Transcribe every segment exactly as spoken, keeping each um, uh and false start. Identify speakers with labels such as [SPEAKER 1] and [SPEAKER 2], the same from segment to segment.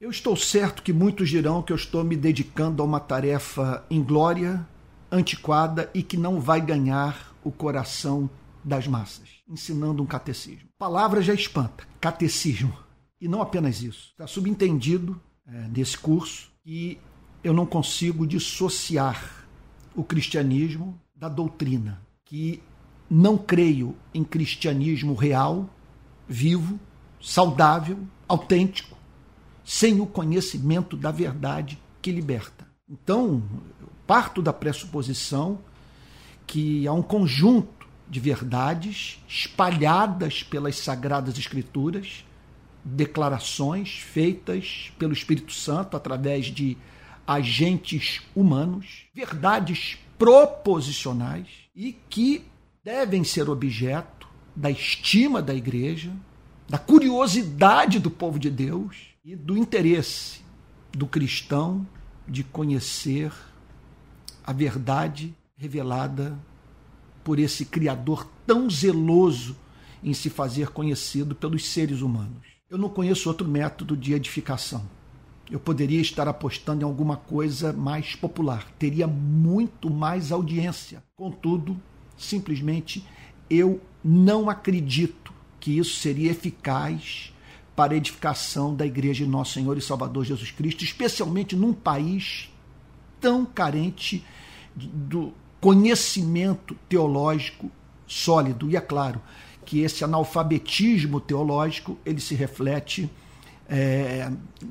[SPEAKER 1] Eu estou certo que muitos dirão que eu estou me dedicando a uma tarefa inglória, antiquada e que não vai ganhar o coração das massas, ensinando um catecismo. A palavra já espanta, catecismo. E não apenas isso. Está subentendido é, nesse curso que eu não consigo dissociar o cristianismo da doutrina, que não creio em cristianismo real, vivo, saudável, autêntico, sem o conhecimento da verdade que liberta. Então, eu parto da pressuposição que há um conjunto de verdades espalhadas pelas Sagradas Escrituras, declarações feitas pelo Espírito Santo através de agentes humanos, verdades proposicionais e que devem ser objeto da estima da igreja, da curiosidade do povo de Deus e do interesse do cristão de conhecer a verdade revelada por esse Criador tão zeloso em se fazer conhecido pelos seres humanos. Eu não conheço outro método de edificação. Eu poderia estar apostando em alguma coisa mais popular, teria muito mais audiência. Contudo, simplesmente eu não acredito que isso seria eficaz para a edificação da Igreja de Nosso Senhor e Salvador Jesus Cristo, especialmente num país tão carente do conhecimento teológico sólido. E é claro que esse analfabetismo teológico ele se reflete é,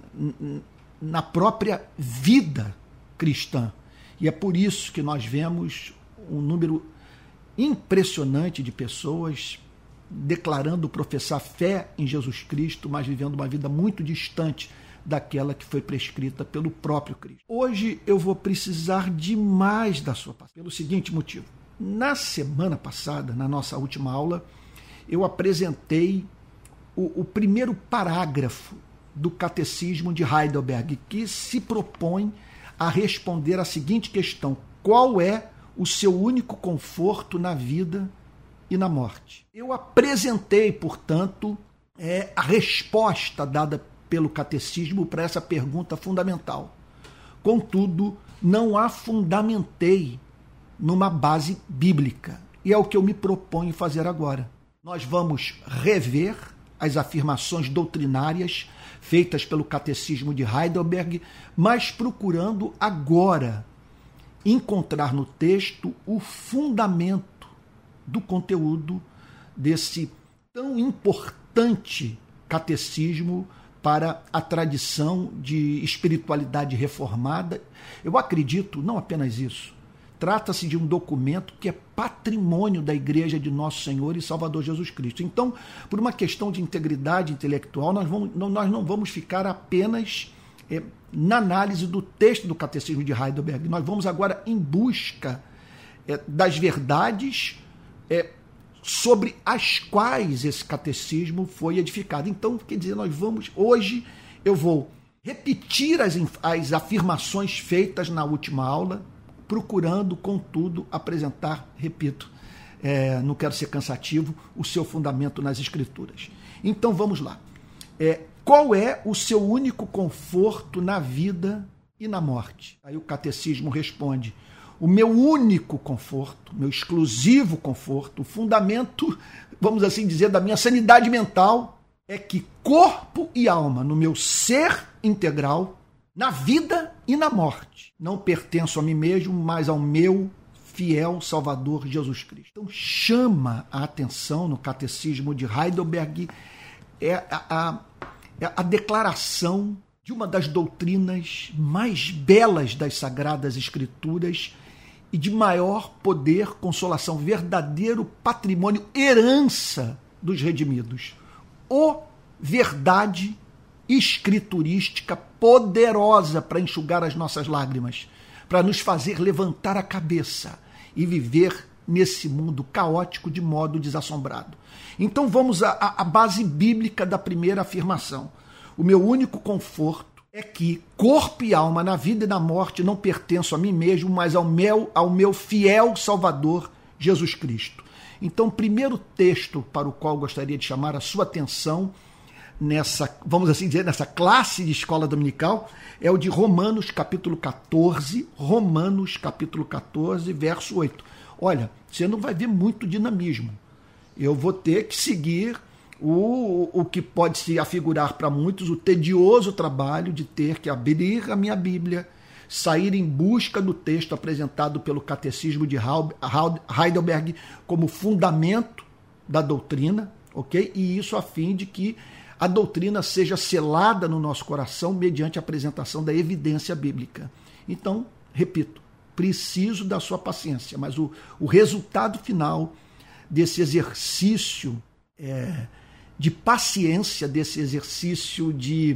[SPEAKER 1] na própria vida cristã. E é por isso que nós vemos um número impressionante de pessoas declarando professar fé em Jesus Cristo, mas vivendo uma vida muito distante daquela que foi prescrita pelo próprio Cristo. Hoje eu vou precisar demais da sua paciência, pelo seguinte motivo. Na semana passada, na nossa última aula, eu apresentei o, o primeiro parágrafo do Catecismo de Heidelberg, que se propõe a responder a seguinte questão: qual é o seu único conforto na vida e na morte? Eu apresentei, portanto, é, a resposta dada pelo catecismo para essa pergunta fundamental. Contudo, não a fundamentei numa base bíblica. E é o que eu me proponho fazer agora. Nós vamos rever as afirmações doutrinárias feitas pelo catecismo de Heidelberg, mas procurando agora encontrar no texto o fundamento do conteúdo desse tão importante catecismo para a tradição de espiritualidade reformada. Eu acredito, não apenas isso, trata-se de um documento que é patrimônio da Igreja de Nosso Senhor e Salvador Jesus Cristo. Então, por uma questão de integridade intelectual, nós, vamos, nós não vamos ficar apenas é, na análise do texto do Catecismo de Heidelberg. Nós vamos agora em busca é, das verdades é, sobre as quais esse catecismo foi edificado. Então, quer dizer, nós vamos, hoje eu vou repetir as, as afirmações feitas na última aula, procurando, contudo, apresentar, repito, é, não quero ser cansativo, o seu fundamento nas Escrituras. Então, vamos lá. É, qual é o seu único conforto na vida e na morte? Aí o catecismo responde: o meu único conforto, meu exclusivo conforto, o fundamento, vamos assim dizer, da minha sanidade mental é que corpo e alma, no meu ser integral, na vida e na morte, não pertenço a mim mesmo, mas ao meu fiel Salvador Jesus Cristo. Então chama a atenção no Catecismo de Heidelberg é a, a, a declaração de uma das doutrinas mais belas das Sagradas Escrituras e de maior poder, consolação, verdadeiro patrimônio, herança dos redimidos. O verdade escriturística poderosa para enxugar as nossas lágrimas, para nos fazer levantar a cabeça e viver nesse mundo caótico de modo desassombrado. Então vamos à, à base bíblica da primeira afirmação. O meu único conforto é que corpo e alma, na vida e na morte, não pertenço a mim mesmo, mas ao meu, ao meu fiel Salvador, Jesus Cristo. Então, o primeiro texto para o qual gostaria de chamar a sua atenção nessa, vamos assim dizer, nessa classe de escola dominical, é o de Romanos capítulo catorze, Romanos capítulo catorze, verso oito. Olha, você não vai ver muito dinamismo. Eu vou ter que seguir o, o que pode se afigurar para muitos, o tedioso trabalho de ter que abrir a minha Bíblia, sair em busca do texto apresentado pelo Catecismo de Heidelberg como fundamento da doutrina, ok? E isso a fim de que a doutrina seja selada no nosso coração mediante a apresentação da evidência bíblica. Então, repito, preciso da sua paciência, mas o, o resultado final desse exercício é, de paciência, desse exercício de,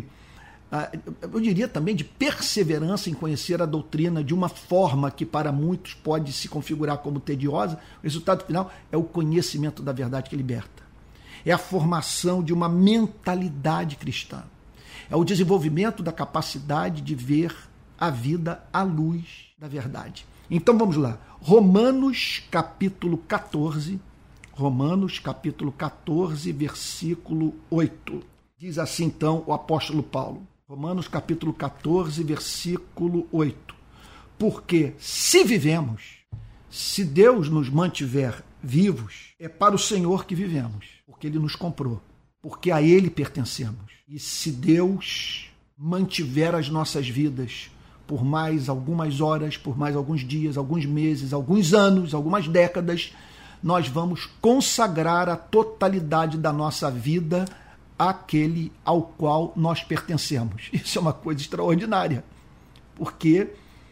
[SPEAKER 1] eu diria também, de perseverança em conhecer a doutrina de uma forma que para muitos pode se configurar como tediosa, o resultado final é o conhecimento da verdade que liberta. É a formação de uma mentalidade cristã. É o desenvolvimento da capacidade de ver a vida à luz da verdade. Então vamos lá. Romanos capítulo catorze, Romanos capítulo catorze, versículo oito. Diz assim então o apóstolo Paulo. Romanos capítulo catorze, versículo oito. Porque se vivemos, se Deus nos mantiver vivos, é para o Senhor que vivemos, porque Ele nos comprou, porque a Ele pertencemos. E se Deus mantiver as nossas vidas por mais algumas horas, por mais alguns dias, alguns meses, alguns anos, algumas décadas, nós vamos consagrar a totalidade da nossa vida àquele ao qual nós pertencemos. Isso é uma coisa extraordinária, porque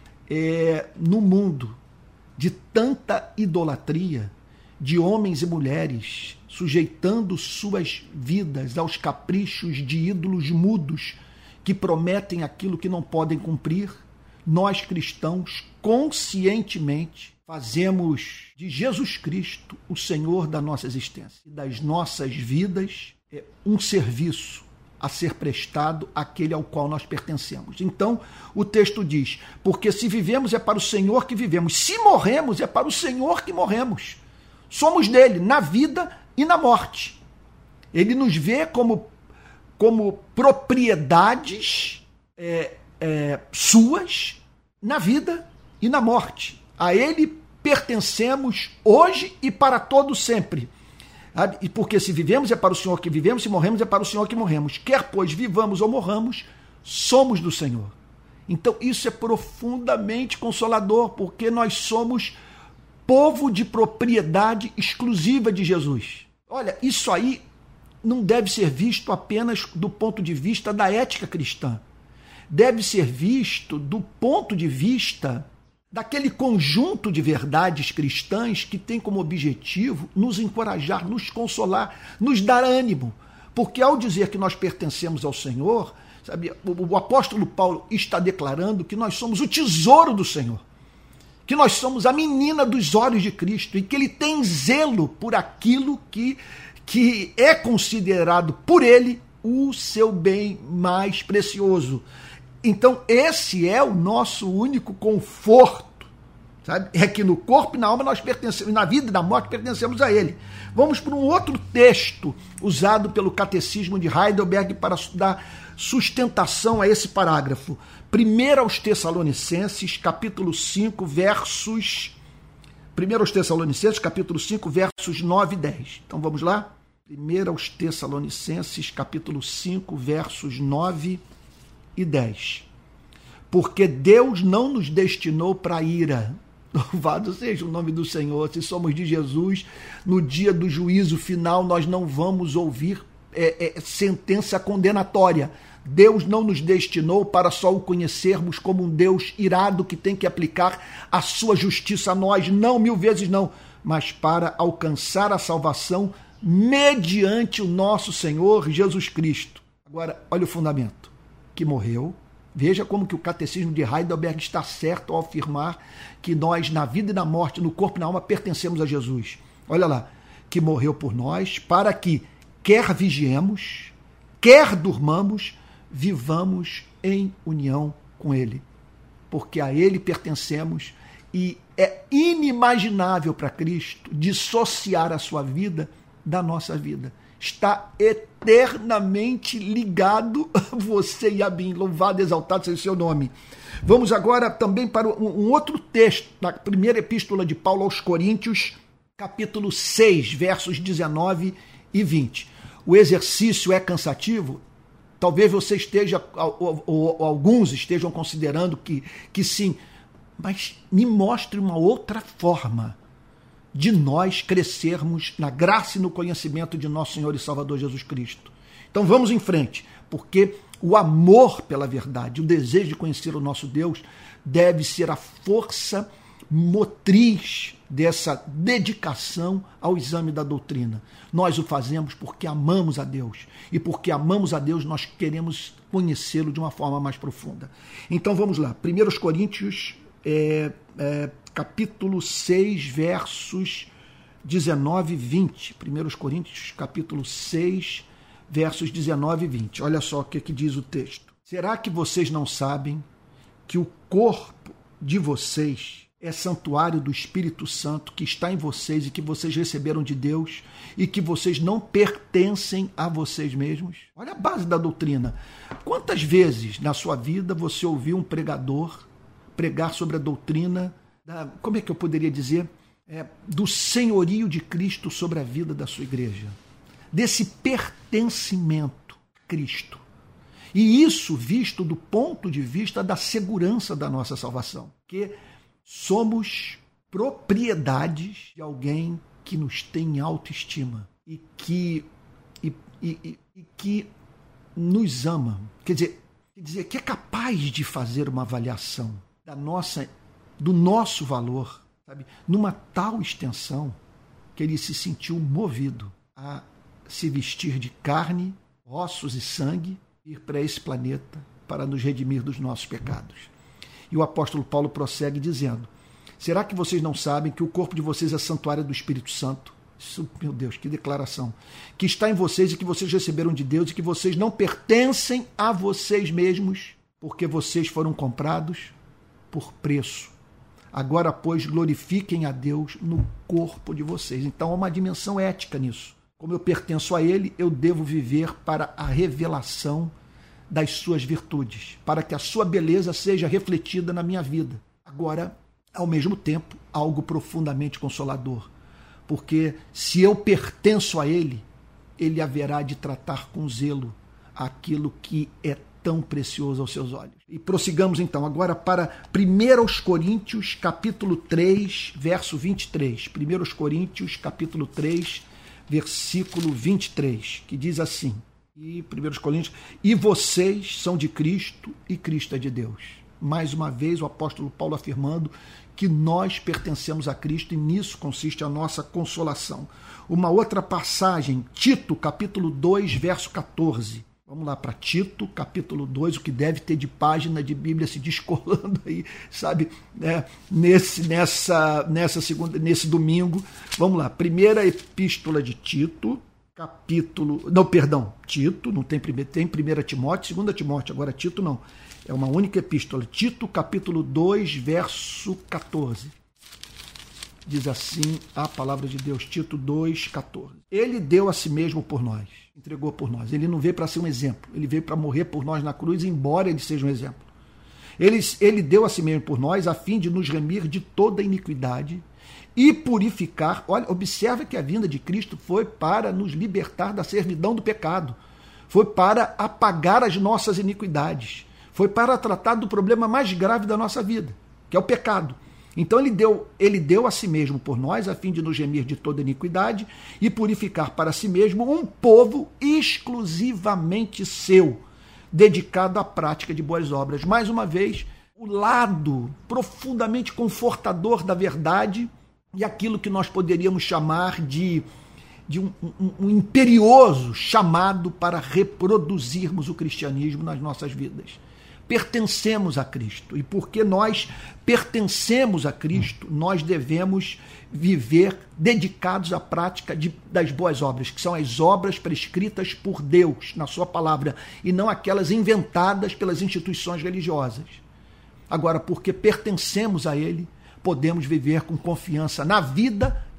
[SPEAKER 1] é, no mundo de tanta idolatria, de homens e mulheres sujeitando suas vidas aos caprichos de ídolos mudos que prometem aquilo que não podem cumprir, nós cristãos conscientemente fazemos de Jesus Cristo o Senhor da nossa existência e das nossas vidas é um serviço a ser prestado àquele ao qual nós pertencemos. Então, o texto diz, porque se vivemos é para o Senhor que vivemos, se morremos é para o Senhor que morremos. Somos dele na vida e na morte. Ele nos vê como, como propriedades é, é, suas na vida e na morte. A ele pertencemos hoje e para todo sempre. E porque se vivemos é para o Senhor que vivemos, se morremos é para o Senhor que morremos. Quer, pois, vivamos ou morramos, somos do Senhor. Então isso é profundamente consolador, porque nós somos povo de propriedade exclusiva de Jesus. Olha, isso aí não deve ser visto apenas do ponto de vista da ética cristã. Deve ser visto do ponto de vista daquele conjunto de verdades cristãs que tem como objetivo nos encorajar, nos consolar, nos dar ânimo. Porque ao dizer que nós pertencemos ao Senhor, sabe, o apóstolo Paulo está declarando que nós somos o tesouro do Senhor, que nós somos a menina dos olhos de Cristo e que ele tem zelo por aquilo que, que é considerado por ele o seu bem mais precioso. Então esse é o nosso único conforto, sabe? É que no corpo e na alma nós pertencemos, na vida e na morte pertencemos a ele. Vamos para um outro texto usado pelo Catecismo de Heidelberg para dar sustentação a esse parágrafo. Primeiro aos Tessalonicenses, capítulo cinco, versos... Primeiro aos Tessalonicenses, capítulo cinco, versos nove e dez. Então vamos lá? Primeiro aos Tessalonicenses, capítulo cinco, versos nove e dez. Porque Deus não nos destinou para a ira. Louvado seja o nome do Senhor. Se somos de Jesus, no dia do juízo final, nós não vamos ouvir é, é, sentença condenatória. Deus não nos destinou para só o conhecermos como um Deus irado que tem que aplicar a sua justiça a nós. Não, mil vezes não. Mas para alcançar a salvação mediante o nosso Senhor Jesus Cristo. Agora, olha o fundamento. Que morreu. Veja como que o Catecismo de Heidelberg está certo ao afirmar que nós, na vida e na morte, no corpo e na alma, pertencemos a Jesus. Olha lá, que morreu por nós, para que, quer vigiemos, quer durmamos, vivamos em união com Ele. Porque a Ele pertencemos e é inimaginável para Cristo dissociar a sua vida da nossa vida. está eternamente ligado a você e a mim. Louvado e exaltado seja o seu nome. Vamos agora também para um outro texto, da primeira epístola de Paulo aos Coríntios, capítulo seis, versos dezenove e vinte. O exercício é cansativo? Talvez você esteja, ou, ou, ou alguns estejam considerando que, que sim, mas me mostre uma outra forma de nós crescermos na graça e no conhecimento de nosso Senhor e Salvador Jesus Cristo. Então vamos em frente, porque o amor pela verdade, o desejo de conhecer o nosso Deus deve ser a força motriz dessa dedicação ao exame da doutrina. Nós o fazemos porque amamos a Deus, e porque amamos a Deus nós queremos conhecê-lo de uma forma mais profunda. Então vamos lá, primeira Coríntios é, é, capítulo seis, versos dezenove e vinte. primeira Coríntios, capítulo seis, versos dezenove e vinte. Olha só o que, que diz o texto. Será que vocês não sabem que o corpo de vocês é santuário do Espírito Santo que está em vocês e que vocês receberam de Deus e que vocês não pertencem a vocês mesmos? Olha a base da doutrina. Quantas vezes na sua vida você ouviu um pregador pregar sobre a doutrina da, como é que eu poderia dizer, é, do senhorio de Cristo sobre a vida da sua igreja, desse pertencimento a Cristo, e isso visto do ponto de vista da segurança da nossa salvação, que somos propriedades de alguém que nos tem autoestima e que, e, e, e que nos ama, quer dizer, quer dizer, que é capaz de fazer uma avaliação da nossa do nosso valor, sabe, numa tal extensão que ele se sentiu movido a se vestir de carne, ossos e sangue, ir para esse planeta para nos redimir dos nossos pecados. E o apóstolo Paulo prossegue dizendo: será que vocês não sabem que o corpo de vocês é santuário do Espírito Santo? Isso, meu Deus, que declaração! Que está em vocês e que vocês receberam de Deus e que vocês não pertencem a vocês mesmos, porque vocês foram comprados por preço. Agora, pois, glorifiquem a Deus no corpo de vocês. Então, há uma dimensão ética nisso. Como eu pertenço a Ele, eu devo viver para a revelação das suas virtudes, para que a sua beleza seja refletida na minha vida. Agora, ao mesmo tempo, algo profundamente consolador, porque se eu pertenço a Ele, Ele haverá de tratar com zelo aquilo que é tão precioso aos seus olhos. E prossigamos então agora para primeira Coríntios, capítulo três, verso vinte e três. primeira Coríntios, capítulo três, versículo vinte e três, que diz assim, e primeira Coríntios, e vocês são de Cristo e Cristo é de Deus. Mais uma vez o apóstolo Paulo afirmando que nós pertencemos a Cristo e nisso consiste a nossa consolação. Uma outra passagem, Tito, capítulo dois, verso catorze. Vamos lá para Tito, capítulo dois, o que deve ter de página de Bíblia se descolando aí, sabe, né? nesse, nessa, nessa segunda, nesse domingo. Vamos lá, primeira epístola de Tito, capítulo... Não, perdão, Tito, não tem primeiro, tem primeira Timóteo, segunda Timóteo, agora Tito não. É uma única epístola. Tito, capítulo dois, verso catorze. Diz assim a palavra de Deus, Tito dois, catorze. Ele deu a si mesmo por nós, entregou por nós. Ele não veio para ser um exemplo, ele veio para morrer por nós na cruz, embora ele seja um exemplo. Ele, ele deu a si mesmo por nós, a fim de nos remir de toda iniquidade e purificar. Olha, observa que a vinda de Cristo foi para nos libertar da servidão do pecado, foi para apagar as nossas iniquidades, foi para tratar do problema mais grave da nossa vida, que é o pecado. Então ele deu, ele deu a si mesmo por nós, a fim de nos remir de toda iniquidade e purificar para si mesmo um povo exclusivamente seu, dedicado à prática de boas obras. Mais uma vez, o lado profundamente confortador da verdade e aquilo que nós poderíamos chamar de, de um, um, um imperioso chamado para reproduzirmos o cristianismo nas nossas vidas. Pertencemos a Cristo, e porque nós pertencemos a Cristo, nós devemos viver dedicados à prática de, das boas obras, que são as obras prescritas por Deus na sua palavra, e não aquelas inventadas pelas instituições religiosas. Agora, porque pertencemos a Ele, podemos viver com confiança na vida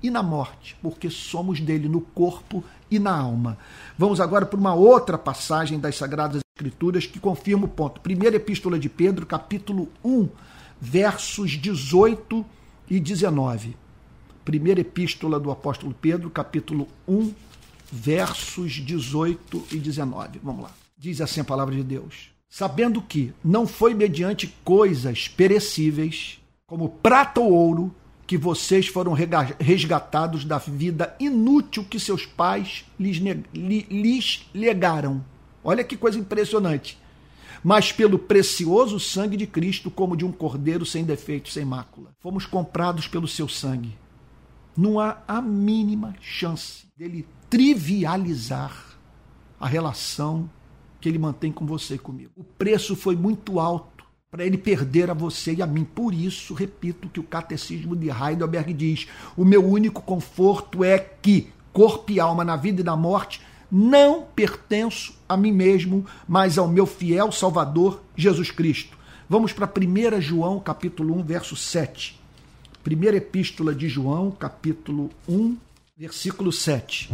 [SPEAKER 1] e na morte, porque somos dele no corpo e na alma. Vamos agora para uma outra passagem das Sagradas Escrituras que confirma o ponto. Primeira Epístola de Pedro, capítulo um, versos dezoito e dezenove. Primeira Epístola do apóstolo Pedro, capítulo um, versos dezoito e dezenove. Vamos lá. Diz assim a palavra de Deus. Sabendo que não foi mediante coisas perecíveis, como prata ou ouro, que vocês foram resgatados da vida inútil que seus pais lhes, lhes legaram. Olha que coisa impressionante. Mas pelo precioso sangue de Cristo, como de um cordeiro sem defeito, sem mácula. Fomos comprados pelo seu sangue. Não há a mínima chance dele trivializar a relação que ele mantém com você e comigo. O preço foi muito alto para ele perder a você e a mim. Por isso, repito que o Catecismo de Heidelberg diz: o meu único conforto é que corpo e alma na vida e na morte não pertenço a mim mesmo, mas ao meu fiel Salvador, Jesus Cristo. Vamos para primeira João, capítulo um, verso sete. Primeira Epístola de João, capítulo um, versículo sete.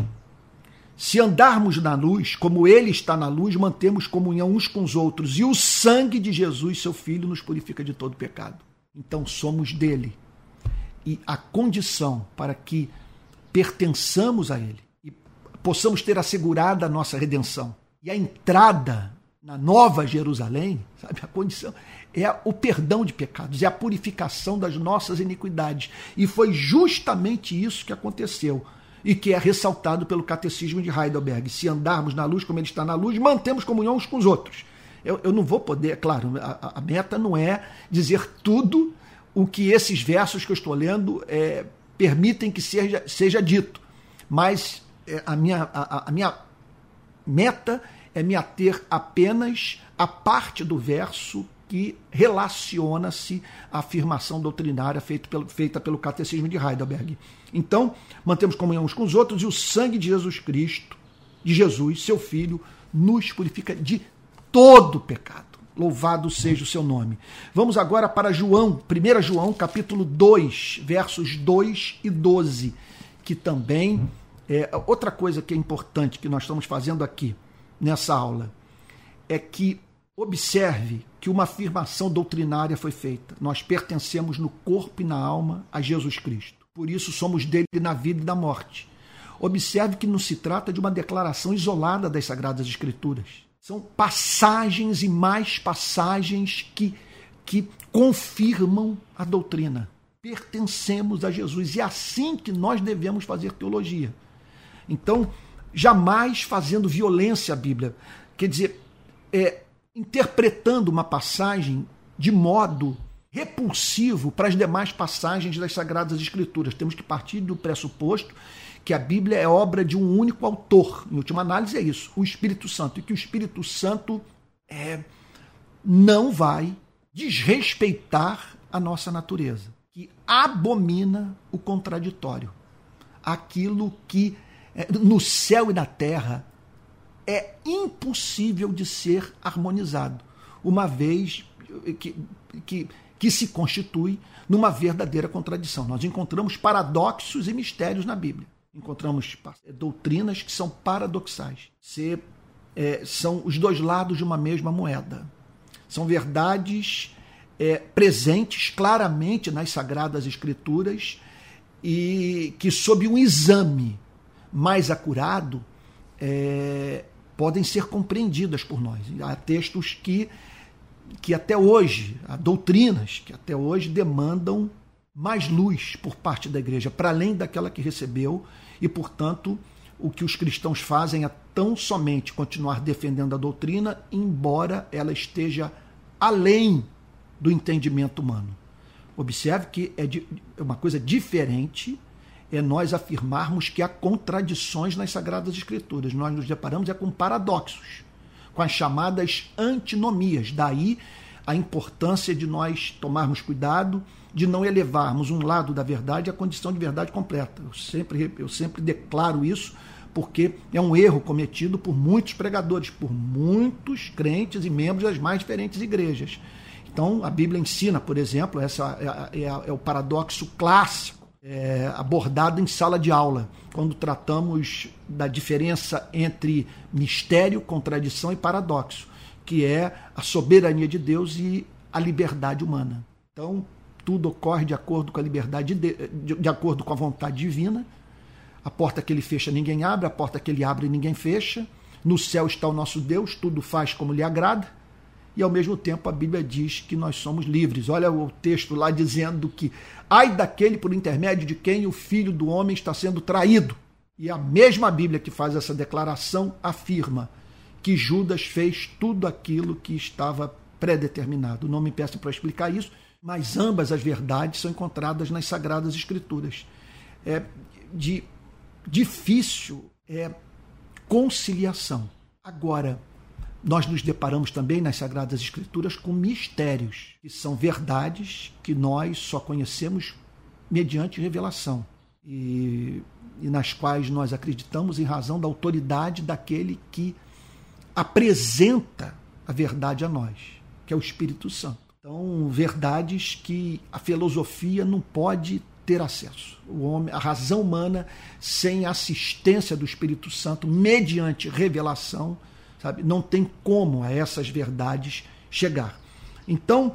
[SPEAKER 1] Se andarmos na luz, como ele está na luz, mantemos comunhão uns com os outros, e o sangue de Jesus, seu Filho, nos purifica de todo pecado. Então somos dele. E a condição para que pertençamos a ele e possamos ter assegurada a nossa redenção e a entrada na Nova Jerusalém, sabe, a condição é o perdão de pecados, é a purificação das nossas iniquidades. E foi justamente isso que aconteceu e que é ressaltado pelo Catecismo de Heidelberg. Se andarmos na luz como ele está na luz, mantemos comunhão uns com os outros. Eu, eu não vou poder, claro, a, a meta não é dizer tudo o que esses versos que eu estou lendo é, permitem que seja, seja dito, mas é, a, minha, a, a minha meta é me ater apenas à parte do verso que relaciona-se à afirmação doutrinária feita pelo, feita pelo Catecismo de Heidelberg. Então, mantemos comunhão uns com os outros e o sangue de Jesus Cristo, de Jesus, seu Filho, nos purifica de todo pecado. Louvado seja o seu nome. Vamos agora para João, primeira João, capítulo dois, versos dois e doze, que também é outra coisa que é importante que nós estamos fazendo aqui nessa aula, é que observe que uma afirmação doutrinária foi feita. Nós pertencemos no corpo e na alma a Jesus Cristo. Por isso somos dele na vida e na morte. Observe que não se trata de uma declaração isolada das Sagradas Escrituras. São passagens e mais passagens que, que confirmam a doutrina. Pertencemos a Jesus. E é assim que nós devemos fazer teologia. Então, jamais fazendo violência à Bíblia. Quer dizer, é, interpretando uma passagem de modo repulsivo para as demais passagens das Sagradas Escrituras. Temos que partir do pressuposto que a Bíblia é obra de um único autor. Em última análise é isso, o Espírito Santo. E que o Espírito Santo é, não vai desrespeitar a nossa natureza, que abomina o contraditório. Aquilo que é, no céu e na terra é impossível de ser harmonizado, uma vez que, que, que se constitui numa verdadeira contradição. Nós encontramos paradoxos e mistérios na Bíblia. Encontramos doutrinas que são paradoxais. Se, é, são os dois lados de uma mesma moeda. São verdades é, presentes claramente nas Sagradas Escrituras e que, sob um exame mais acurado, é, podem ser compreendidas por nós. Há textos que, que até hoje, há doutrinas que até hoje demandam mais luz por parte da igreja, para além daquela que recebeu, e, portanto, o que os cristãos fazem é tão somente continuar defendendo a doutrina, embora ela esteja além do entendimento humano. Observe que é, de, é uma coisa diferente é nós afirmarmos que há contradições nas Sagradas Escrituras. Nós nos deparamos é com paradoxos, com as chamadas antinomias. Daí a importância de nós tomarmos cuidado de não elevarmos um lado da verdade à condição de verdade completa. Eu sempre, eu sempre declaro isso, porque é um erro cometido por muitos pregadores, por muitos crentes e membros das mais diferentes igrejas. Então, a Bíblia ensina, por exemplo, essa é, é, é o paradoxo clássico é, abordado em sala de aula, quando tratamos da diferença entre mistério, contradição e paradoxo, que é a soberania de Deus e a liberdade humana. Então, tudo ocorre de acordo com a liberdade, de, de, de acordo com a vontade divina. A porta que ele fecha, ninguém abre, a porta que ele abre, ninguém fecha. No céu está o nosso Deus, tudo faz como lhe agrada. E, ao mesmo tempo, a Bíblia diz que nós somos livres. Olha o texto lá dizendo que ai daquele por intermédio de quem o Filho do Homem está sendo traído. E a mesma Bíblia que faz essa declaração afirma que Judas fez tudo aquilo que estava predeterminado. Não me peço para explicar isso, mas ambas as verdades são encontradas nas Sagradas Escrituras. É de difícil é, conciliação. Agora, nós nos deparamos também nas Sagradas Escrituras com mistérios, que são verdades que nós só conhecemos mediante revelação e, e nas quais nós acreditamos em razão da autoridade daquele que apresenta a verdade a nós, que é o Espírito Santo. Então, verdades que a filosofia não pode ter acesso. O homem, a razão humana, sem a assistência do Espírito Santo, mediante revelação, sabe, não tem como a essas verdades chegar. Então,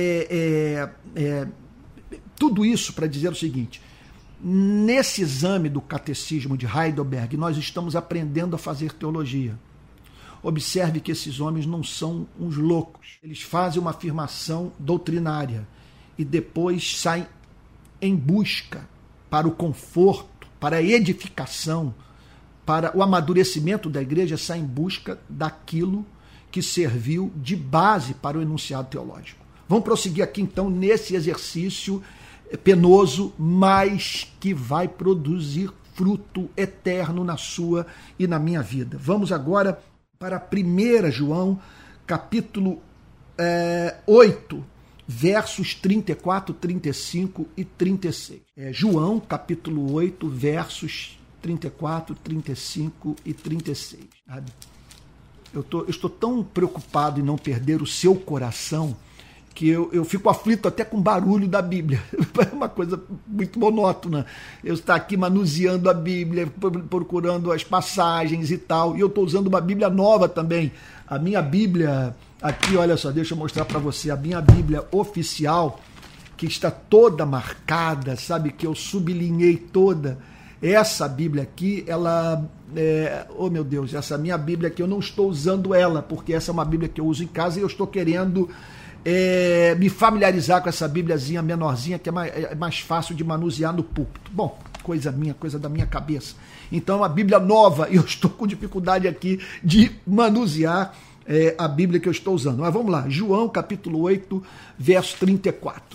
[SPEAKER 1] é, é, é, tudo isso para dizer o seguinte: nesse exame do Catecismo de Heidelberg, nós estamos aprendendo a fazer teologia. Observe que esses homens não são uns loucos. Eles fazem uma afirmação doutrinária e depois saem em busca para o conforto, para a edificação, para o amadurecimento da igreja, saem em busca daquilo que serviu de base para o enunciado teológico. Vamos prosseguir aqui então nesse exercício penoso, mas que vai produzir fruto eterno na sua e na minha vida. Vamos agora para primeira João, capítulo é, oito, versos trinta e quatro, trinta e cinco e trinta e seis. É, João, capítulo oito, versos trinta e quatro, trinta e cinco e trinta e seis. Sabe? Eu, tô, eu estou tão preocupado em não perder o seu coração que eu, eu fico aflito até com o barulho da Bíblia. É uma coisa muito monótona. Eu estou aqui manuseando a Bíblia, procurando as passagens e tal, e eu estou usando uma Bíblia nova também. A minha Bíblia, aqui, olha só, deixa eu mostrar para você, a minha Bíblia oficial, que está toda marcada, sabe, que eu sublinhei toda. Essa Bíblia aqui, ela, é, oh meu Deus, essa minha Bíblia aqui, eu não estou usando ela, porque essa é uma Bíblia que eu uso em casa e eu estou querendo É, me familiarizar com essa bíbliazinha menorzinha que é mais, é mais fácil de manusear no púlpito. Bom, coisa minha, coisa da minha cabeça. Então, é uma Bíblia nova e eu estou com dificuldade aqui de manusear é, a Bíblia que eu estou usando. Mas vamos lá, João capítulo oito, verso trinta e quatro.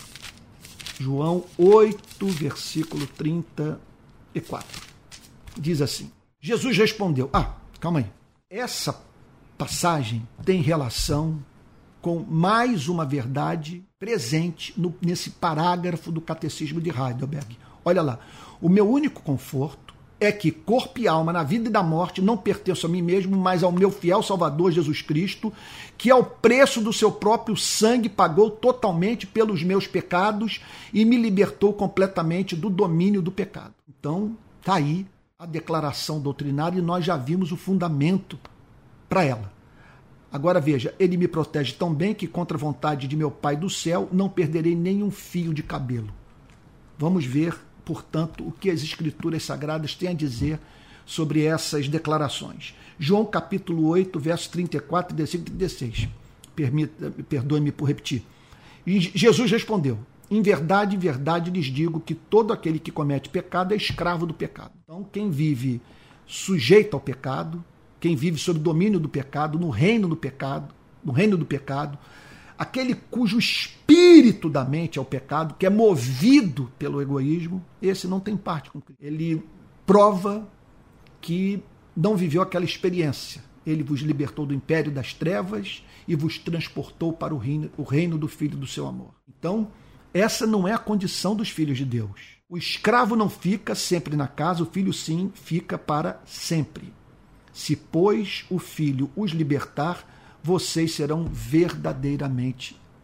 [SPEAKER 1] João oito, versículo trinta e quatro. Diz assim: Jesus respondeu. Ah, calma aí. Essa passagem tem relação com mais uma verdade presente no, nesse parágrafo do Catecismo de Heidelberg. Olha lá, o meu único conforto é que corpo e alma, na vida e na morte, não pertenço a mim mesmo, mas ao meu fiel Salvador Jesus Cristo, que ao preço do seu próprio sangue pagou totalmente pelos meus pecados e me libertou completamente do domínio do pecado. Então, está aí a declaração doutrinária e nós já vimos o fundamento para ela. Agora veja, ele me protege tão bem que contra a vontade de meu Pai do céu não perderei nenhum fio de cabelo. Vamos ver, portanto, o que as Escrituras Sagradas têm a dizer sobre essas declarações. João capítulo oito, versos trinta e quatro, trinta e cinco e trinta e seis. Permita, perdoe-me por repetir. E Jesus respondeu: em verdade, em verdade lhes digo que todo aquele que comete pecado é escravo do pecado. Então, quem vive sujeito ao pecado, quem vive sob domínio do pecado, no reino do pecado, no reino do pecado, aquele cujo espírito da mente é o pecado, que é movido pelo egoísmo, esse não tem parte com Cristo. Ele prova que não viveu aquela experiência. Ele vos libertou do império das trevas e vos transportou para o reino, o reino do Filho do seu amor. Então, essa não é a condição dos filhos de Deus. O escravo não fica sempre na casa, o filho sim fica para sempre. Se, pois, o Filho os libertar, vocês serão verdadeiramente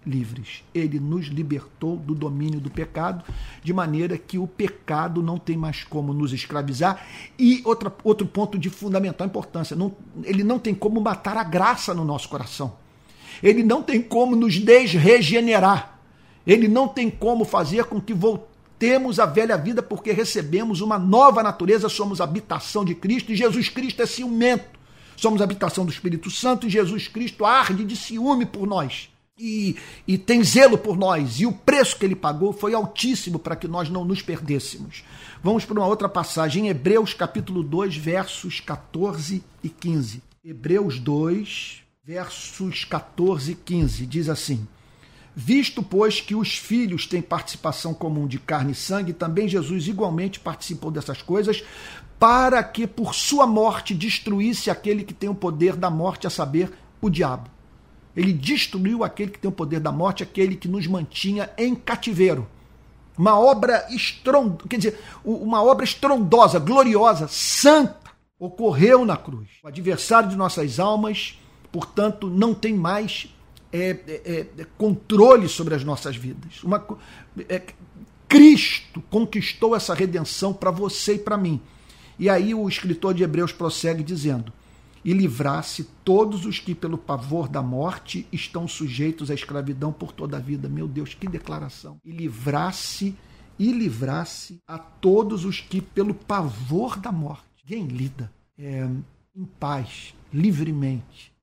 [SPEAKER 1] livres. Ele nos libertou do domínio do pecado, de maneira que o pecado não tem mais como nos escravizar. E outra, outro ponto de fundamental importância, não, ele não tem como matar a graça no nosso coração. Ele não tem como nos desregenerar. Ele não tem como fazer com que voltemos à velha vida, porque recebemos uma nova natureza, somos habitação de Cristo, e Jesus Cristo é ciumento. Somos habitação do Espírito Santo, e Jesus Cristo arde de ciúme por nós. E, e tem zelo por nós, e o preço que ele pagou foi altíssimo para que nós não nos perdêssemos. Vamos para uma outra passagem, em Hebreus capítulo dois, versos catorze e quinze. Hebreus dois, versos catorze e quinze, diz assim: visto, pois, que os filhos têm participação comum de carne e sangue, também Jesus igualmente participou dessas coisas, para que por sua morte destruísse aquele que tem o poder da morte, a saber, o diabo. Ele destruiu aquele que tem o poder da morte, aquele que nos mantinha em cativeiro. Uma obra estrondosa, quer dizer, uma obra estrondosa, gloriosa, santa, ocorreu na cruz. O adversário de nossas almas, portanto, não tem mais é, é, é, controle sobre as nossas vidas. Uma, é, Cristo conquistou essa redenção para você e para mim. E aí o escritor de Hebreus prossegue dizendo: e livrasse todos os que pelo pavor da morte estão sujeitos à escravidão por toda a vida. Meu Deus, que declaração! E livrasse, e livrasse a todos os que pelo pavor da morte. Quem lida é, em paz, livremente,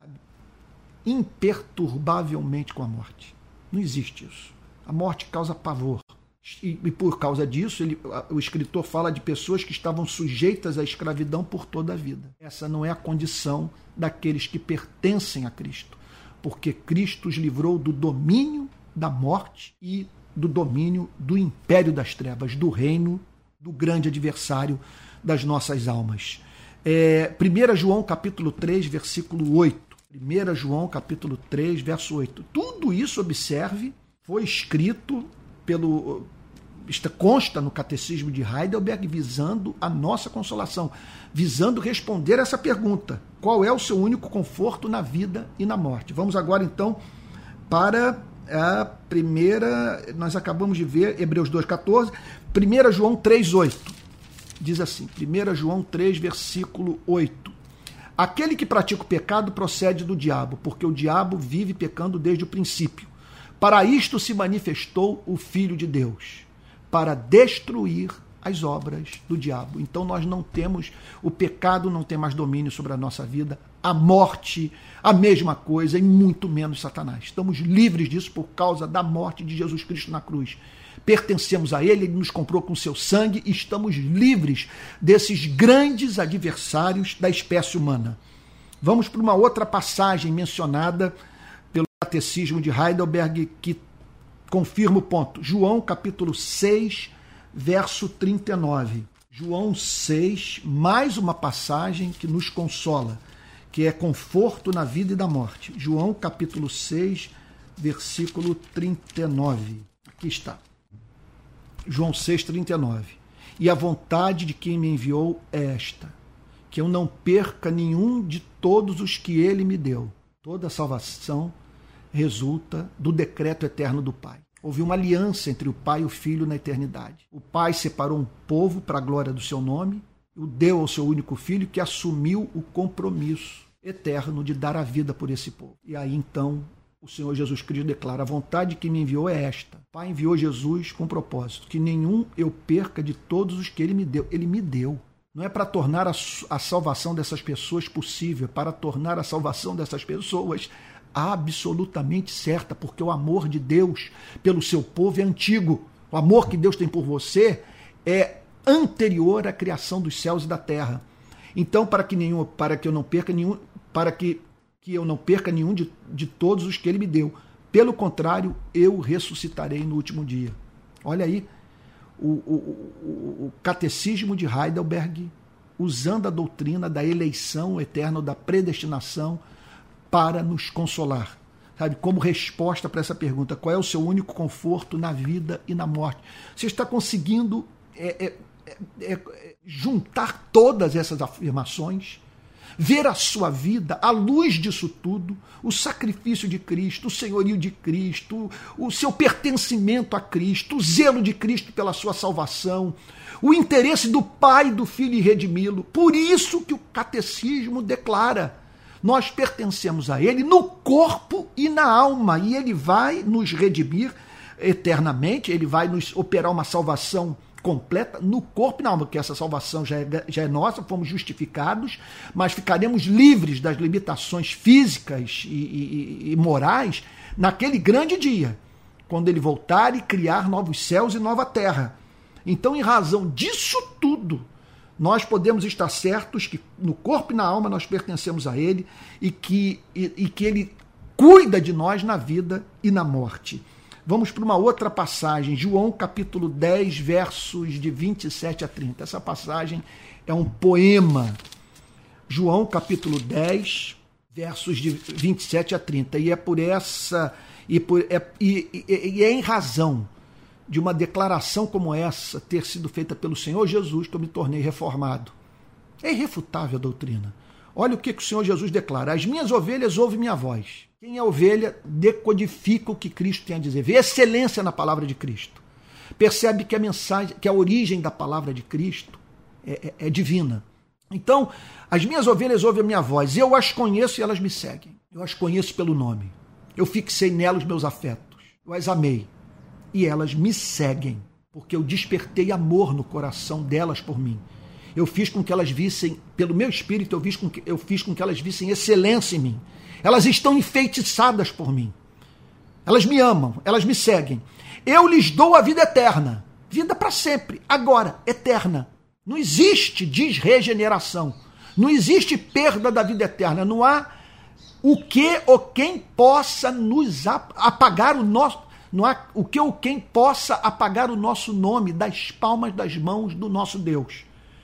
[SPEAKER 1] imperturbavelmente com a morte? Não existe isso. A morte causa pavor. E, e por causa disso, ele, o escritor fala de pessoas que estavam sujeitas à escravidão por toda a vida. Essa não é a condição daqueles que pertencem a Cristo, porque Cristo os livrou do domínio da morte e do domínio do império das trevas, do reino do grande adversário das nossas almas. É, primeiro João capítulo três, versículo oito. primeiro João capítulo três, verso oito. Tudo isso, observe, foi escrito pelo... Isto consta no Catecismo de Heidelberg, visando a nossa consolação, visando responder essa pergunta: qual é o seu único conforto na vida e na morte? Vamos agora, então, para a primeira, nós acabamos de ver, Hebreus dois, catorze, primeiro João três, oito. Diz assim, primeiro João três, versículo oito. Aquele que pratica o pecado procede do diabo, porque o diabo vive pecando desde o princípio. Para isto se manifestou o Filho de Deus, para destruir as obras do diabo. Então nós não temos, o pecado não tem mais domínio sobre a nossa vida, a morte, a mesma coisa, e muito menos Satanás. Estamos livres disso por causa da morte de Jesus Cristo na cruz. Pertencemos a Ele, Ele nos comprou com seu sangue e estamos livres desses grandes adversários da espécie humana. Vamos para uma outra passagem mencionada pelo Catecismo de Heidelberg, que confirma o ponto. João capítulo seis, verso trinta e nove. João seis, mais uma passagem que nos consola, que é conforto na vida e da morte. João capítulo seis, versículo trinta e nove. Aqui está. João seis, trinta e nove. E a vontade de quem me enviou é esta: que eu não perca nenhum de todos os que ele me deu. Toda a salvação resulta do decreto eterno do Pai. Houve uma aliança entre o Pai e o Filho na eternidade. O Pai separou um povo para a glória do seu nome, o deu ao seu único Filho, que assumiu o compromisso eterno de dar a vida por esse povo. E aí então o Senhor Jesus Cristo declara: a vontade que me enviou é esta. O Pai enviou Jesus com propósito, que nenhum eu perca de todos os que ele me deu. Ele me deu. Não é para tornar a, a salvação dessas pessoas possível, é para tornar a salvação dessas pessoas absolutamente certa, porque o amor de Deus pelo seu povo é antigo. O amor que Deus tem por você é anterior à criação dos céus e da terra. Então, para que nenhum, para que eu não perca nenhum, para que, que eu não perca nenhum de, de todos os que ele me deu. Pelo contrário, eu ressuscitarei no último dia. Olha aí, o, o, o, o Catecismo de Heidelberg, usando a doutrina da eleição eterna, da predestinação, para nos consolar, sabe? Como resposta para essa pergunta: qual é o seu único conforto na vida e na morte? Você está conseguindo é, é, é, é, juntar todas essas afirmações? ver a sua vida à luz disso tudo, o sacrifício de Cristo, o senhorio de Cristo, o seu pertencimento a Cristo, o zelo de Cristo pela sua salvação, o interesse do Pai, do Filho em redimi-lo. Por isso que o catecismo declara: nós pertencemos a Ele no corpo e na alma, e Ele vai nos redimir eternamente, Ele vai nos operar uma salvação completa no corpo e na alma, porque essa salvação já é, já é nossa, fomos justificados, mas ficaremos livres das limitações físicas e, e, e morais naquele grande dia, quando Ele voltar e criar novos céus e nova terra. Então, em razão disso tudo, nós podemos estar certos que no corpo e na alma nós pertencemos a Ele e que, e, e que Ele cuida de nós na vida e na morte. Vamos para uma outra passagem, João capítulo dez, versos de vinte e sete a trinta. Essa passagem é um poema. João capítulo dez, versos de vinte e sete a trinta. E é por essa, e, por, é, e, e, e é em razão de uma declaração como essa ter sido feita pelo Senhor Jesus que eu me tornei reformado. É irrefutável a doutrina. Olha o que, que o Senhor Jesus declara: as minhas ovelhas ouvem minha voz. Quem é ovelha decodifica o que Cristo tem a dizer. Vê excelência na palavra de Cristo. Percebe que a mensagem, que a origem da palavra de Cristo é, é, é divina. Então, as minhas ovelhas ouvem a minha voz. Eu as conheço e elas me seguem. Eu as conheço pelo nome. Eu fixei nelas meus afetos. Eu as amei. E elas me seguem, porque eu despertei amor no coração delas por mim. Eu fiz com que elas vissem, pelo meu espírito, eu fiz com que, eu fiz com que elas vissem excelência em mim. Elas estão enfeitiçadas por mim. Elas me amam, elas me seguem. Eu lhes dou a vida eterna. Vida para sempre, agora, eterna. Não existe desregeneração. Não existe perda da vida eterna. Não há o que ou quem possa nos apagar o nosso... Não há o que ou quem possa apagar o nosso nome das palmas das mãos do nosso Deus.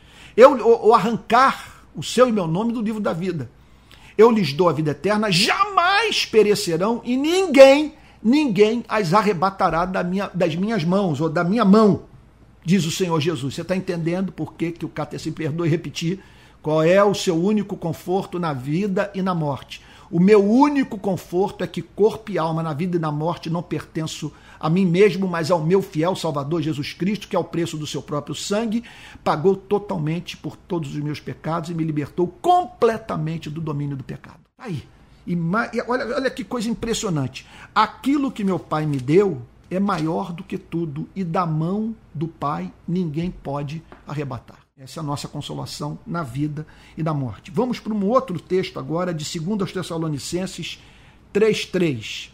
[SPEAKER 1] Eu, ou, ou arrancar o seu e meu nome do livro da vida. Eu lhes dou a vida eterna, jamais perecerão e ninguém, ninguém as arrebatará da minha, das minhas mãos ou da minha mão, diz o Senhor Jesus. Você está entendendo por que, que o catecismo, perdoe repetir, qual é o seu único conforto na vida e na morte? O meu único conforto é que corpo e alma na vida e na morte não pertenço a mim mesmo, mas ao meu fiel Salvador Jesus Cristo, que ao preço do seu próprio sangue pagou totalmente por todos os meus pecados e me libertou completamente do domínio do pecado. Aí, e, e olha, olha que coisa impressionante. Aquilo que meu Pai me deu é maior do que tudo e da mão do Pai ninguém pode arrebatar. Essa é a nossa consolação na vida e na morte. Vamos para um outro texto agora, de segunda aos Tessalonicenses três, três.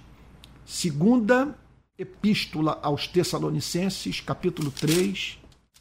[SPEAKER 1] Segunda Epístola aos Tessalonicenses, capítulo três.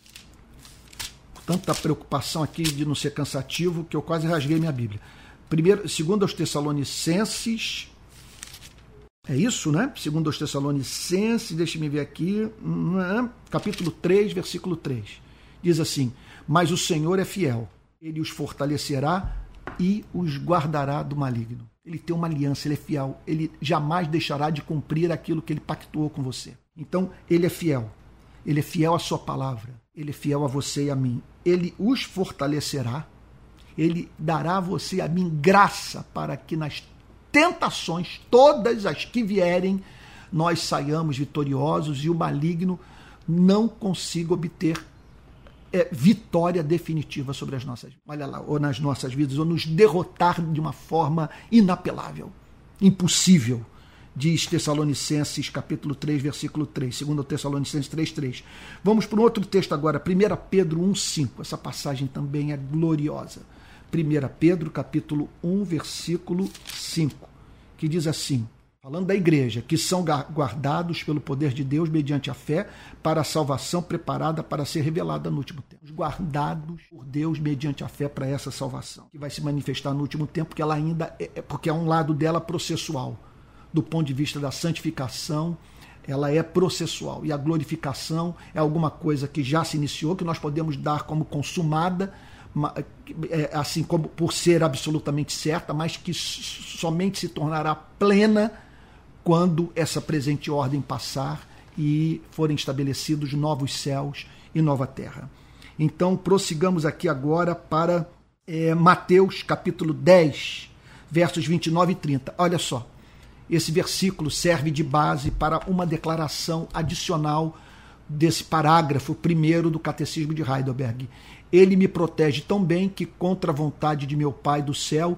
[SPEAKER 1] Tanta preocupação aqui de não ser cansativo que eu quase rasguei minha Bíblia. Primeiro, segunda aos Tessalonicenses, é isso, né? Segunda aos Tessalonicenses, deixa-me ver aqui, capítulo três, versículo três. Diz assim: mas o Senhor é fiel, Ele os fortalecerá e os guardará do maligno. Ele tem uma aliança, Ele é fiel, Ele jamais deixará de cumprir aquilo que Ele pactuou com você. Então, Ele é fiel, Ele é fiel à sua palavra, Ele é fiel a você e a mim. Ele os fortalecerá, Ele dará a você e a mim graça para que nas tentações, todas as que vierem, nós saiamos vitoriosos e o maligno não consiga obter É, vitória definitiva sobre as nossas vidas, olha lá, ou nas nossas vidas, ou nos derrotar de uma forma inapelável, impossível, diz Tessalonicenses capítulo três, versículo três, segundo Tessalonicenses três, três. Vamos para um outro texto agora, primeira Pedro um, cinco, essa passagem também é gloriosa. primeira Pedro capítulo um, versículo cinco, que diz assim, falando da igreja, que são guardados pelo poder de Deus mediante a fé para a salvação preparada para ser revelada no último tempo. Guardados por Deus mediante a fé para essa salvação, que vai se manifestar no último tempo, porque ela ainda é, porque é um lado dela processual. Do ponto de vista da santificação, ela é processual. E a glorificação é alguma coisa que já se iniciou, que nós podemos dar como consumada, assim como por ser absolutamente certa, mas que somente se tornará plena quando essa presente ordem passar e forem estabelecidos novos céus e nova terra. Então, prossigamos aqui agora para é, Mateus capítulo dez, versos vinte e nove e trinta. Olha só, esse versículo serve de base para uma declaração adicional desse parágrafo primeiro do Catecismo de Heidelberg. Ele me protege tão bem que, contra a vontade de meu Pai do céu,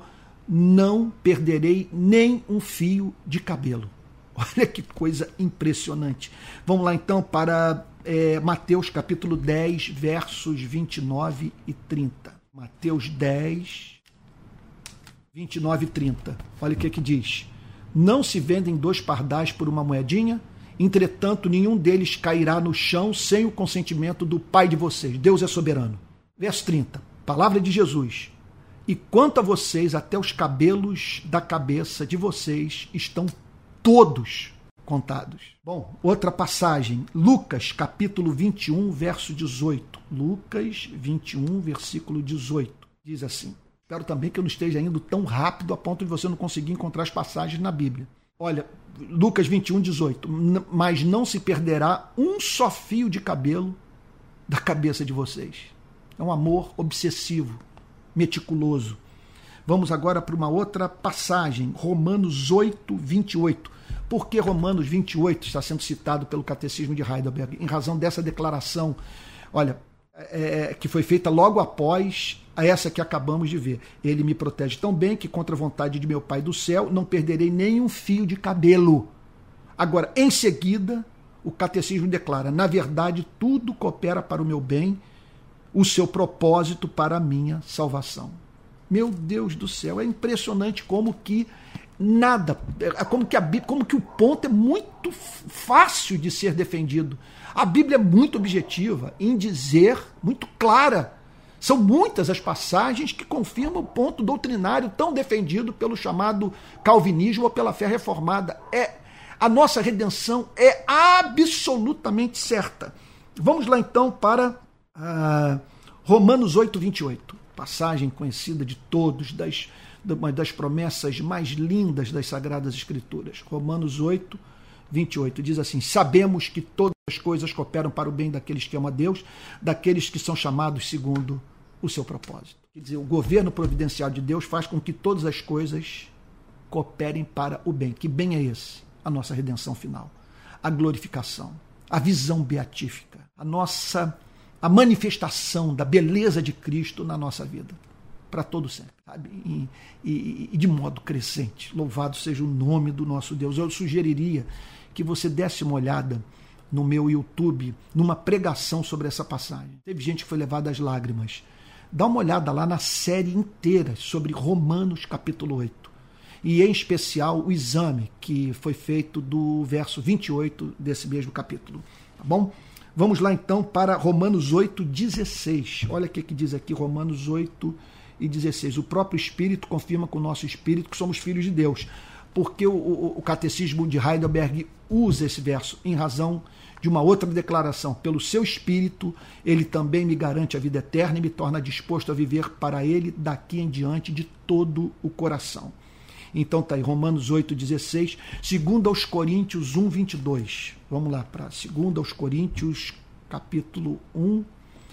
[SPEAKER 1] não perderei nem um fio de cabelo. Olha que coisa impressionante. Vamos lá então para é, Mateus capítulo dez, versos vinte e nove e trinta. Mateus dez, vinte e nove e trinta. Olha o que que diz. Não se vendem dois pardais por uma moedinha? Entretanto, nenhum deles cairá no chão sem o consentimento do Pai de vocês. Deus é soberano. Verso trinta. Palavra de Jesus. E quanto a vocês, até os cabelos da cabeça de vocês estão todos contados. Bom, outra passagem. Lucas, capítulo vinte e um, verso dezoito. Lucas vinte e um, versículo dezoito. Diz assim. Espero também que eu não esteja indo tão rápido a ponto de você não conseguir encontrar as passagens na Bíblia. Olha, Lucas vinte e um, dezoito. Mas não se perderá um só fio de cabelo da cabeça de vocês. É um amor obsessivo, meticuloso. Vamos agora para uma outra passagem, Romanos oito, vinte e oito. Por que Romanos vinte e oito está sendo citado pelo Catecismo de Heidelberg? Em razão dessa declaração, olha, é, que foi feita logo após essa que acabamos de ver. Ele me protege tão bem que, contra a vontade de meu Pai do céu, não perderei nenhum fio de cabelo. Agora, em seguida, o Catecismo declara, na verdade, tudo coopera para o meu bem, o seu propósito para a minha salvação. Meu Deus do céu, é impressionante como que nada, como que, a, como que o ponto é muito fácil de ser defendido. A Bíblia é muito objetiva em dizer, muito clara. São muitas as passagens que confirmam o ponto doutrinário tão defendido pelo chamado calvinismo ou pela fé reformada. É, a nossa redenção é absolutamente certa. Vamos lá então para uh, Romanos oito, vinte e oito. Passagem conhecida de todos, das, uma das promessas mais lindas das Sagradas Escrituras. Romanos oito, vinte e oito diz assim, sabemos que todas as coisas cooperam para o bem daqueles que amam a Deus, daqueles que são chamados segundo o seu propósito. Quer dizer, o governo providencial de Deus faz com que todas as coisas cooperem para o bem. Que bem é esse? A nossa redenção final, a glorificação, a visão beatífica, a nossa... a manifestação da beleza de Cristo na nossa vida, para todo sempre, sabe? E, e, e de modo crescente. Louvado seja o nome do nosso Deus. Eu sugeriria que você desse uma olhada no meu YouTube, numa pregação sobre essa passagem. Teve gente que foi levada às lágrimas. Dá uma olhada lá na série inteira sobre Romanos capítulo oito. E, em especial, o exame que foi feito do verso vinte e oito desse mesmo capítulo. Tá bom? Vamos lá então para Romanos oito, dezesseis. Olha o que, que diz aqui Romanos oito e dezesseis. O próprio Espírito confirma com o nosso Espírito que somos filhos de Deus. Porque o, o, o Catecismo de Heidelberg usa esse verso em razão de uma outra declaração. Pelo seu Espírito, ele também me garante a vida eterna e me torna disposto a viver para ele daqui em diante de todo o coração. Então está aí, Romanos oito, dezesseis, segundo aos Coríntios um, vinte e dois. Vamos lá para segundo aos Coríntios, capítulo um,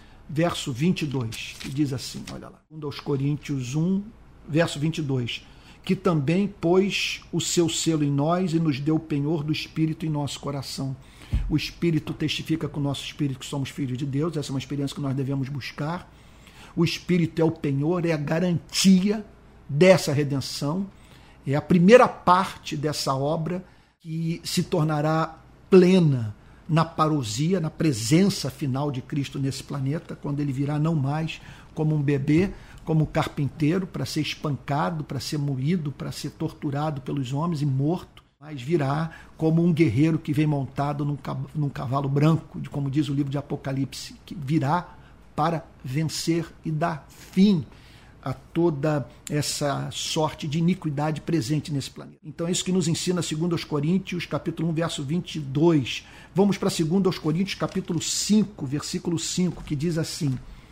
[SPEAKER 1] verso vinte e dois, que diz assim, olha lá. segundo aos Coríntios um, verso vinte e dois. Que também pôs o seu selo em nós e nos deu o penhor do Espírito em nosso coração. O Espírito testifica com o nosso Espírito que somos filhos de Deus, essa é uma experiência que nós devemos buscar. O Espírito é o penhor, é a garantia dessa redenção. É a primeira parte dessa obra que se tornará plena na parousia, na presença final de Cristo nesse planeta, quando ele virá não mais como um bebê, como um carpinteiro, para ser espancado, para ser moído, para ser torturado pelos homens e morto, mas virá como um guerreiro que vem montado num cavalo branco, como diz o livro de Apocalipse, que virá para vencer e dar fim a toda essa sorte de iniquidade presente nesse planeta. Então é isso que nos ensina segundo aos Coríntios, capítulo um, verso vinte e dois. Vamos para segundo aos Coríntios, capítulo cinco, versículo cinco, que diz assim,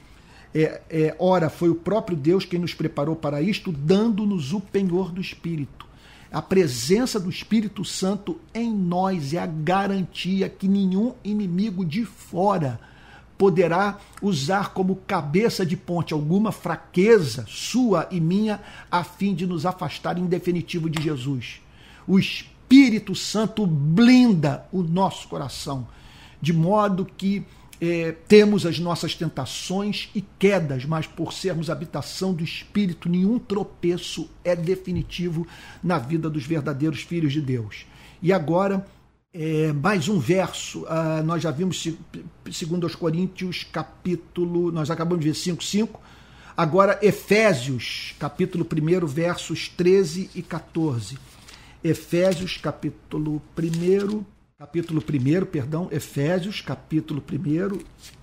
[SPEAKER 1] é, é, ora, foi o próprio Deus quem nos preparou para isto, dando-nos o penhor do Espírito. A presença do Espírito Santo em nós é a garantia que nenhum inimigo de fora poderá usar como cabeça de ponte alguma fraqueza sua e minha, a fim de nos afastar em definitivo de Jesus. O Espírito Santo blinda o nosso coração, de modo que é, temos as nossas tentações e quedas, mas por sermos habitação do Espírito, nenhum tropeço é definitivo na vida dos verdadeiros filhos de Deus. E agora, é, mais um verso, uh, nós já vimos segundo aos Coríntios, capítulo, nós acabamos de ver cinco, cinco, agora Efésios, capítulo um, versos treze e quatorze. Efésios, capítulo um, capítulo um, perdão, Efésios, capítulo um,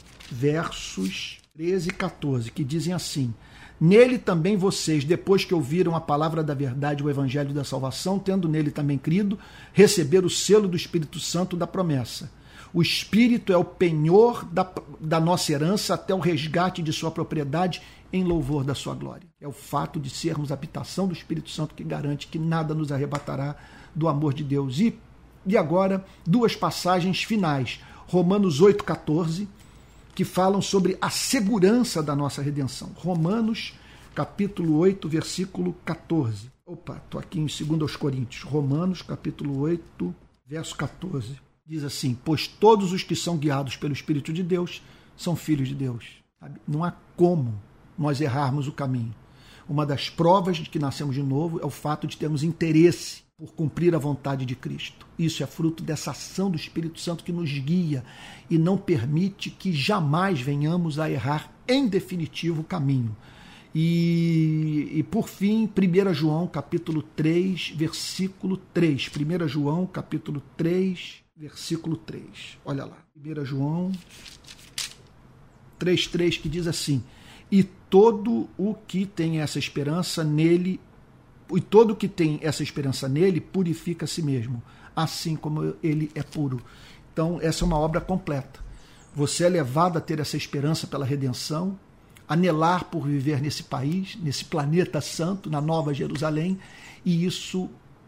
[SPEAKER 1] versos treze e quatorze, que dizem assim: nele também vocês, depois que ouviram a palavra da verdade, o evangelho da salvação, tendo nele também crido, receberam o selo do Espírito Santo da promessa. O Espírito é o penhor da, da nossa herança até o resgate de sua propriedade em louvor da sua glória. É o fato de sermos habitação do Espírito Santo que garante que nada nos arrebatará do amor de Deus. E, e agora, duas passagens finais. Romanos oito, quatorze, que falam sobre a segurança da nossa redenção. Romanos, capítulo oito, versículo quatorze. Opa, estou aqui em segundo aos Coríntios. Romanos, capítulo oito, verso quatorze. Diz assim: pois todos os que são guiados pelo Espírito de Deus são filhos de Deus. Sabe? Não há como nós errarmos o caminho. Uma das provas de que nascemos de novo é o fato de termos interesse por cumprir a vontade de Cristo. Isso é fruto dessa ação do Espírito Santo que nos guia e não permite que jamais venhamos a errar em definitivo o caminho. E, e por fim, primeiro João, capítulo três, versículo três. primeiro João, capítulo três, versículo três. Olha lá. primeiro João três, três, que diz assim: e todo o que tem essa esperança nele, e todo o que tem essa esperança nele purifica a si mesmo, assim como ele é puro. Então, essa é uma obra completa. Você é levado a ter essa esperança pela redenção, anelar por viver nesse país, nesse planeta santo, na Nova Jerusalém, e isso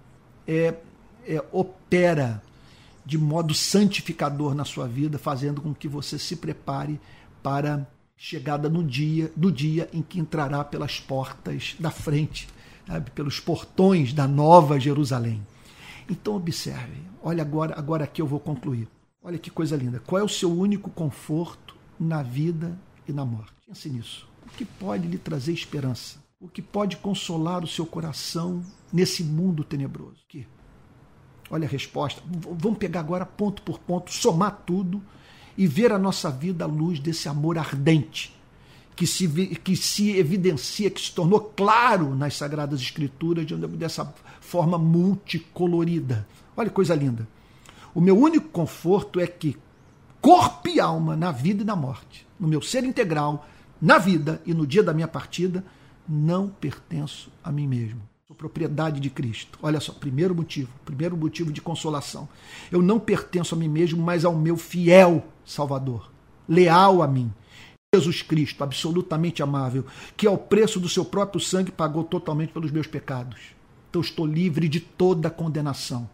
[SPEAKER 1] é, é, opera de modo santificador na sua vida, fazendo com que você se prepare para a chegada no dia, do dia em que entrará pelas portas da frente, sabe, pelos portões da Nova Jerusalém. Então observe, olha agora, agora aqui eu vou concluir. Olha que coisa linda. Qual é o seu único conforto na vida e na morte? Pense nisso. O que pode lhe trazer esperança? O que pode consolar o seu coração nesse mundo tenebroso? O quê? Olha a resposta. Vamos pegar agora ponto por ponto, somar tudo e ver a nossa vida à luz desse amor ardente que se, que se evidencia, que se tornou claro nas Sagradas Escrituras dessa forma multicolorida. Olha que coisa linda. O meu único conforto é que corpo e alma, na vida e na morte, no meu ser integral, na vida e no dia da minha partida, não pertenço a mim mesmo. Sou propriedade de Cristo. Olha só, primeiro motivo, primeiro motivo de consolação. Eu não pertenço a mim mesmo, mas ao meu fiel Salvador, leal a mim, Jesus Cristo, absolutamente amável, que ao preço do seu próprio sangue pagou totalmente pelos meus pecados. Então estou livre de toda condenação.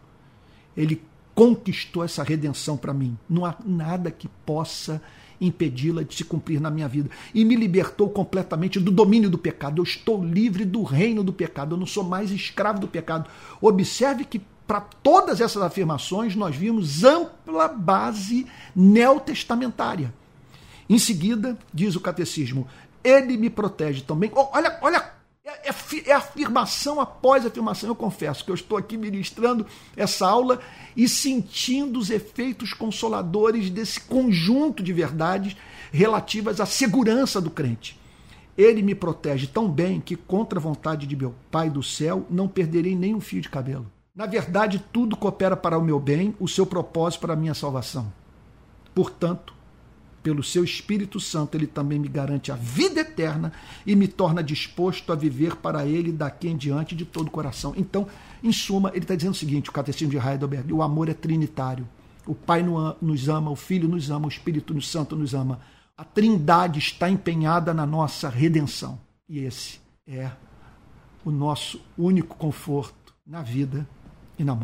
[SPEAKER 1] Ele conquistou essa redenção para mim. Não há nada que possa impedi-la de se cumprir na minha vida. E me libertou completamente do domínio do pecado. Eu estou livre do reino do pecado. Eu não sou mais escravo do pecado. Observe que para todas essas afirmações nós vimos ampla base neotestamentária. Em seguida, diz o catecismo, ele me protege também. Oh, olha, olha, é, é, é afirmação após afirmação. Eu confesso que eu estou aqui ministrando essa aula e sentindo os efeitos consoladores desse conjunto de verdades relativas à segurança do crente. Ele me protege tão bem que, contra a vontade de meu Pai do céu, não perderei nem um fio de cabelo. Na verdade, tudo coopera para o meu bem, o seu propósito para a minha salvação. Portanto, pelo seu Espírito Santo, ele também me garante a vida eterna e me torna disposto a viver para ele daqui em diante de todo o coração. Então, em suma, ele está dizendo o seguinte, o Catecismo de Heidelberg, o amor é trinitário. O Pai nos ama, o Filho nos ama, o Espírito Santo nos ama. A Trindade está empenhada na nossa redenção. E esse é o nosso único conforto na vida e na morte.